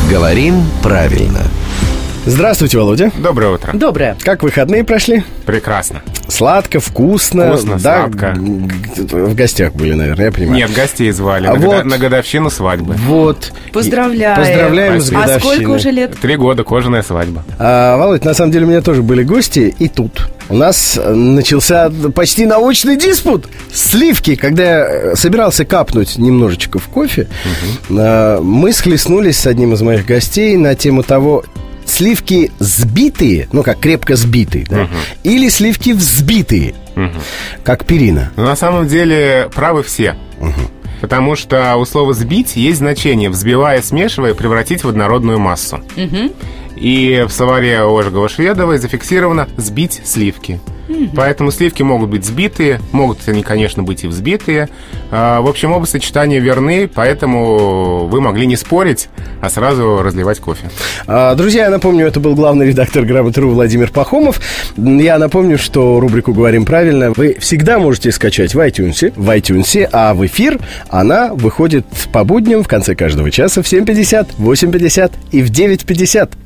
Говорим правильно. Здравствуйте, Володя. Доброе утро. Доброе. Как выходные прошли? Прекрасно. Сладко, вкусно. Вкусно, да, сладко. В гостях были, наверное, я понимаю. Нет, гостей звали на годовщину свадьбы. Вот. Поздравляем. Поздравляем с годовщиной. А сколько уже лет? 3 года, кожаная свадьба. Володь, на самом деле у меня тоже были гости, и тут у нас начался почти научный диспут. Сливки, когда я собирался капнуть немножечко в кофе, мы схлестнулись с одним из моих гостей на тему того, сливки сбитые, ну как крепко сбитые, да, или сливки взбитые, как перина. Но на самом деле правы все. Потому что у слова «сбить» есть значение взбивая, смешивая, превратить в однородную массу. И в словаре Ожегова-Шведовой зафиксировано «сбить сливки». Поэтому сливки могут быть сбитые, могут они, конечно, быть и взбитые. В общем, оба сочетания верны, поэтому вы могли не спорить, а сразу разливать кофе. Друзья, я напомню, это был главный редактор Грамоты.ру Владимир Пахомов. Я напомню, что рубрику «Говорим правильно» вы всегда можете скачать в iTunes, а в эфир она выходит по будням в конце каждого часа в 7:50, 8:50 и в 9:50.